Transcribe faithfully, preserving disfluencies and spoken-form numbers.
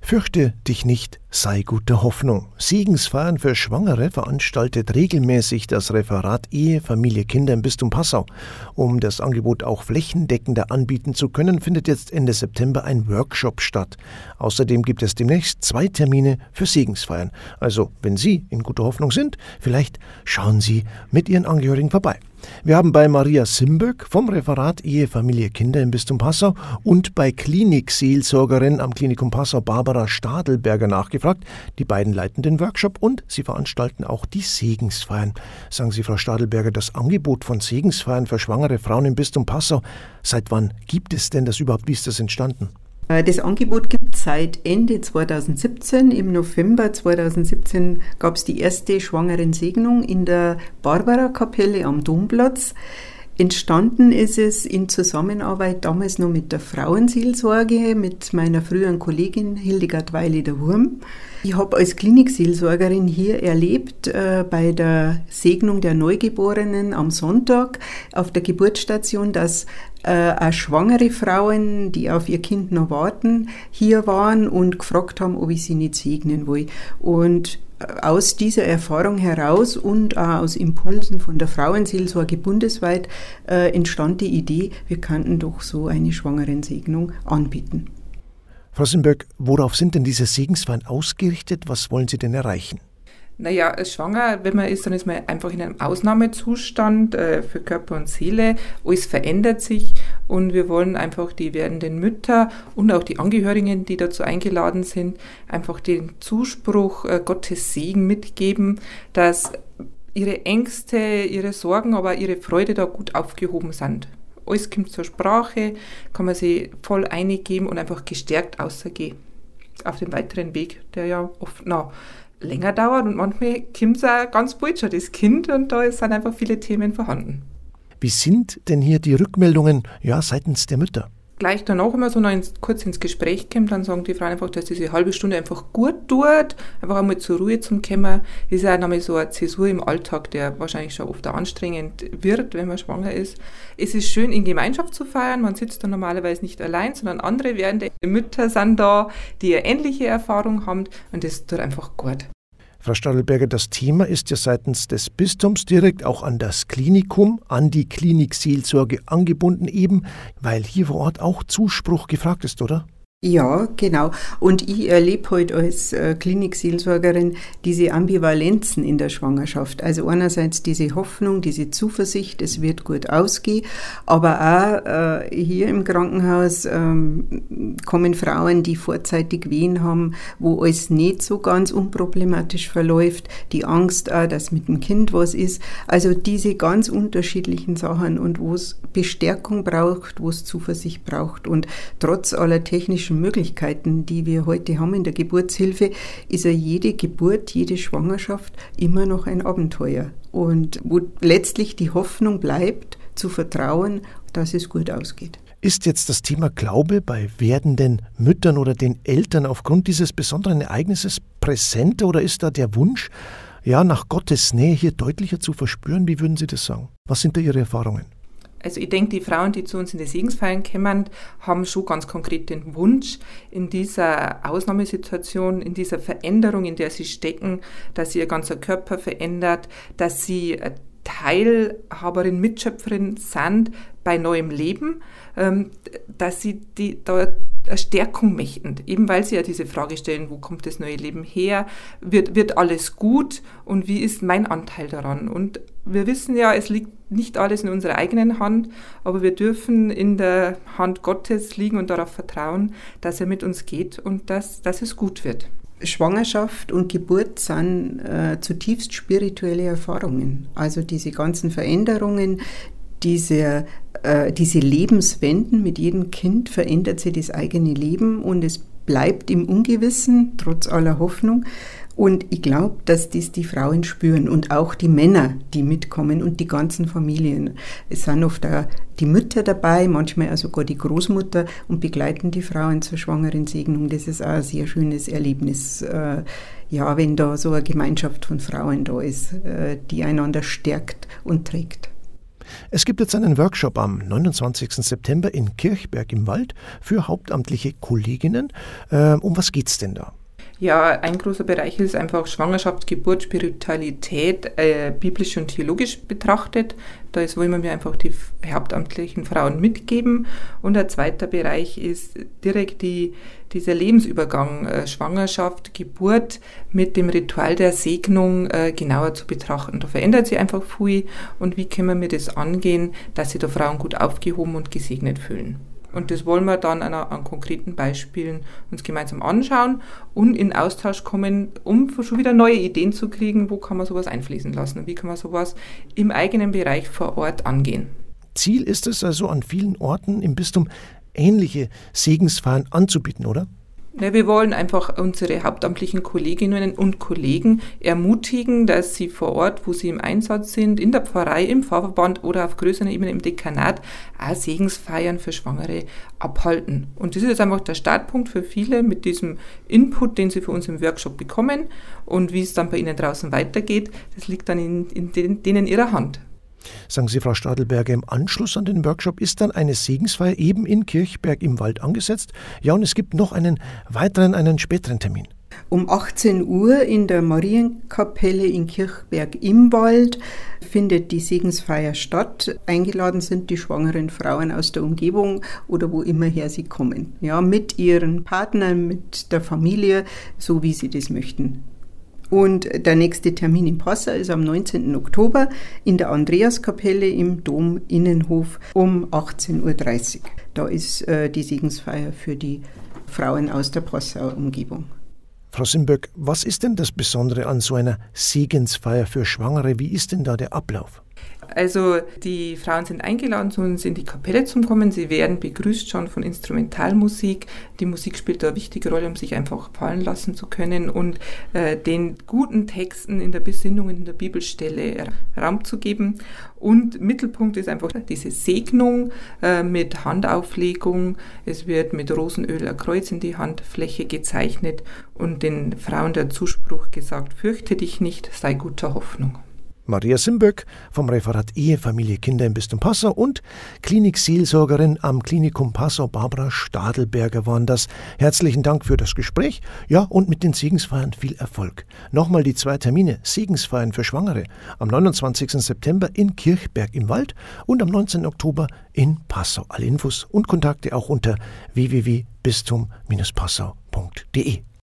Fürchte dich nicht, sei guter Hoffnung. Segensfeiern für Schwangere veranstaltet regelmäßig das Referat Ehe, Familie, Kinder im Bistum Passau. Um das Angebot auch flächendeckender anbieten zu können, findet jetzt Ende September ein Workshop statt. Außerdem gibt es demnächst zwei Termine für Segensfeiern. Also, wenn Sie in guter Hoffnung sind, vielleicht schauen Sie mit Ihren Angehörigen vorbei. Wir haben bei Maria Simböck vom Referat Ehe, Familie, Kinder im Bistum Passau und bei Klinikseelsorgerin am Klinikum Passau Barbara Stadelberger nachgefragt. Die beiden leiten den Workshop und sie veranstalten auch die Segensfeiern. Sagen Sie, Frau Stadelberger, das Angebot von Segensfeiern für schwangere Frauen im Bistum Passau, seit wann gibt es denn das überhaupt? Wie ist das entstanden? Das Angebot gibt es seit Ende zweitausendsiebzehn. Im November zweitausendsiebzehn gab es die erste Schwangerensegnung in der Barbara-Kapelle am Domplatz. Entstanden ist es in Zusammenarbeit damals noch mit der Frauenseelsorge, mit meiner früheren Kollegin Hildegard Weile-der-Wurm. Ich habe als Klinikseelsorgerin hier erlebt, äh, bei der Segnung der Neugeborenen am Sonntag auf der Geburtsstation, dass äh, auch schwangere Frauen, die auf ihr Kind noch warten, hier waren und gefragt haben, ob ich sie nicht segnen will. Und aus dieser Erfahrung heraus und auch aus Impulsen von der Frauenseelsorge bundesweit äh, entstand die Idee, wir könnten doch so eine Schwangerensegnung anbieten. Frau Simböck, worauf sind denn diese Segensfeiern ausgerichtet? Was wollen Sie denn erreichen? Naja, als schwanger, wenn man ist, dann ist man einfach in einem Ausnahmezustand äh, für Körper und Seele. Alles verändert sich und wir wollen einfach die werdenden Mütter und auch die Angehörigen, die dazu eingeladen sind, einfach den Zuspruch äh, Gottes Segen mitgeben, dass ihre Ängste, ihre Sorgen, aber ihre Freude da gut aufgehoben sind. Alles kommt zur Sprache, kann man sich voll eingeben und einfach gestärkt rausgehen auf den weiteren Weg, der ja oft noch länger dauert und manchmal kommt es auch ganz bald schon das Kind und da sind einfach viele Themen vorhanden. Wie sind denn hier die Rückmeldungen ja, seitens der Mütter? Gleich danach, wenn man so noch ins, kurz ins Gespräch kommt, dann sagen die Frauen einfach, dass diese halbe Stunde einfach gut tut, einfach einmal zur Ruhe zum Kommen. Das ist ja nochmal so eine Zäsur im Alltag, der wahrscheinlich schon oft anstrengend wird, wenn man schwanger ist. Es ist schön, in Gemeinschaft zu feiern. Man sitzt dann normalerweise nicht allein, sondern andere werdende Mütter sind da, die eine ähnliche Erfahrung haben und das tut einfach gut. Frau Stadelberger, das Thema ist ja seitens des Bistums direkt auch an das Klinikum, an die Klinikseelsorge angebunden, eben weil hier vor Ort auch Zuspruch gefragt ist, oder? Ja, genau. Und ich erlebe heute als äh, Klinikseelsorgerin diese Ambivalenzen in der Schwangerschaft. Also einerseits diese Hoffnung, diese Zuversicht, es wird gut ausgehen, aber auch äh, hier im Krankenhaus ähm, kommen Frauen, die vorzeitig Wehen haben, wo alles nicht so ganz unproblematisch verläuft, die Angst auch, dass mit dem Kind was ist. Also diese ganz unterschiedlichen Sachen und wo es Bestärkung braucht, wo es Zuversicht braucht und trotz aller technischen Möglichkeiten, die wir heute haben in der Geburtshilfe, ist ja jede Geburt, jede Schwangerschaft immer noch ein Abenteuer. Und wo letztlich die Hoffnung bleibt, zu vertrauen, dass es gut ausgeht. Ist jetzt das Thema Glaube bei werdenden Müttern oder den Eltern aufgrund dieses besonderen Ereignisses präsenter oder ist da der Wunsch, ja, nach Gottes Nähe hier deutlicher zu verspüren? Wie würden Sie das sagen? Was sind da Ihre Erfahrungen? Also ich denke, die Frauen, die zu uns in die Segensfeiern kommen, haben schon ganz konkret den Wunsch, in dieser Ausnahmesituation, in dieser Veränderung, in der sie stecken, dass sie ihr ganzer Körper verändert, dass sie Teilhaberin, Mitschöpferin sind bei neuem Leben, dass sie die, da eine Stärkung möchten, eben weil sie ja diese Frage stellen, wo kommt das neue Leben her, wird, wird alles gut und wie ist mein Anteil daran? Und wir wissen ja, es liegt nicht alles in unserer eigenen Hand, aber wir dürfen in der Hand Gottes liegen und darauf vertrauen, dass er mit uns geht und dass, dass es gut wird. Schwangerschaft und Geburt sind äh, zutiefst spirituelle Erfahrungen. Also diese ganzen Veränderungen, diese, äh, diese Lebenswenden, mit jedem Kind verändert sich das eigene Leben und es bleibt im Ungewissen, trotz aller Hoffnung. Und ich glaube, dass das die Frauen spüren und auch die Männer, die mitkommen und die ganzen Familien. Es sind oft auch die Mütter dabei, manchmal auch sogar die Großmutter und begleiten die Frauen zur Schwangerensegnung. Das ist auch ein sehr schönes Erlebnis, äh, ja, wenn da so eine Gemeinschaft von Frauen da ist, äh, die einander stärkt und trägt. Es gibt jetzt einen Workshop am neunundzwanzigsten September in Kirchberg im Wald für hauptamtliche Kolleginnen. Äh, um was geht's denn da? Ja, ein großer Bereich ist einfach Schwangerschaft, Geburt, Spiritualität, äh, biblisch und theologisch betrachtet. Da ist, wollen wir einfach die hauptamtlichen Frauen mitgeben. Und ein zweiter Bereich ist direkt die, dieser Lebensübergang, äh, Schwangerschaft, Geburt mit dem Ritual der Segnung äh, genauer zu betrachten. Da verändert sich einfach viel und wie können wir das angehen, dass sich da Frauen gut aufgehoben und gesegnet fühlen. Und das wollen wir dann an, an konkreten Beispielen uns gemeinsam anschauen und in Austausch kommen, um schon wieder neue Ideen zu kriegen, wo kann man sowas einfließen lassen und wie kann man sowas im eigenen Bereich vor Ort angehen. Ziel ist es also, an vielen Orten im Bistum ähnliche Segensfeiern anzubieten, oder? Ja, wir wollen einfach unsere hauptamtlichen Kolleginnen und Kollegen ermutigen, dass sie vor Ort, wo sie im Einsatz sind, in der Pfarrei, im Pfarrverband oder auf größerer Ebene im Dekanat, auch Segensfeiern für Schwangere abhalten. Und das ist jetzt einfach der Startpunkt für viele mit diesem Input, den sie für uns im Workshop bekommen. Und wie es dann bei ihnen draußen weitergeht, das liegt dann in, in den, denen ihrer Hand. Sagen Sie, Frau Stadelberger, im Anschluss an den Workshop ist dann eine Segensfeier eben in Kirchberg im Wald angesetzt. Ja, und es gibt noch einen weiteren, einen späteren Termin. Um achtzehn Uhr in der Marienkapelle in Kirchberg im Wald findet die Segensfeier statt. Eingeladen sind die schwangeren Frauen aus der Umgebung oder wo immer her sie kommen. Ja, mit ihren Partnern, mit der Familie, so wie sie das möchten. Und der nächste Termin in Passau ist am neunzehnten Oktober in der Andreaskapelle im Dom Innenhof um achtzehn Uhr dreißig. Da ist äh, die Segensfeier für die Frauen aus der Passauer Umgebung. Frau Simböck, was ist denn das Besondere an so einer Segensfeier für Schwangere? Wie ist denn da der Ablauf? Also die Frauen sind eingeladen, zu uns in die Kapelle zu kommen. Sie werden begrüßt schon von Instrumentalmusik. Die Musik spielt da eine wichtige Rolle, um sich einfach fallen lassen zu können und äh, den guten Texten in der Besinnung, in der Bibelstelle Raum zu geben. Und Mittelpunkt ist einfach diese Segnung äh, mit Handauflegung. Es wird mit Rosenöl ein Kreuz in die Handfläche gezeichnet und den Frauen der Zuspruch gesagt: Fürchte dich nicht, sei guter Hoffnung. Maria Simböck vom Referat Ehe, Familie, Kinder im Bistum Passau und Klinikseelsorgerin am Klinikum Passau, Barbara Stadelberger, waren das. Herzlichen Dank für das Gespräch. Ja, und mit den Segensfeiern viel Erfolg. Nochmal die zwei Termine: Segensfeiern für Schwangere am neunundzwanzigsten September in Kirchberg im Wald und am neunzehnten Oktober in Passau. Alle Infos und Kontakte auch unter w w w punkt bistum Bindestrich passau punkt de.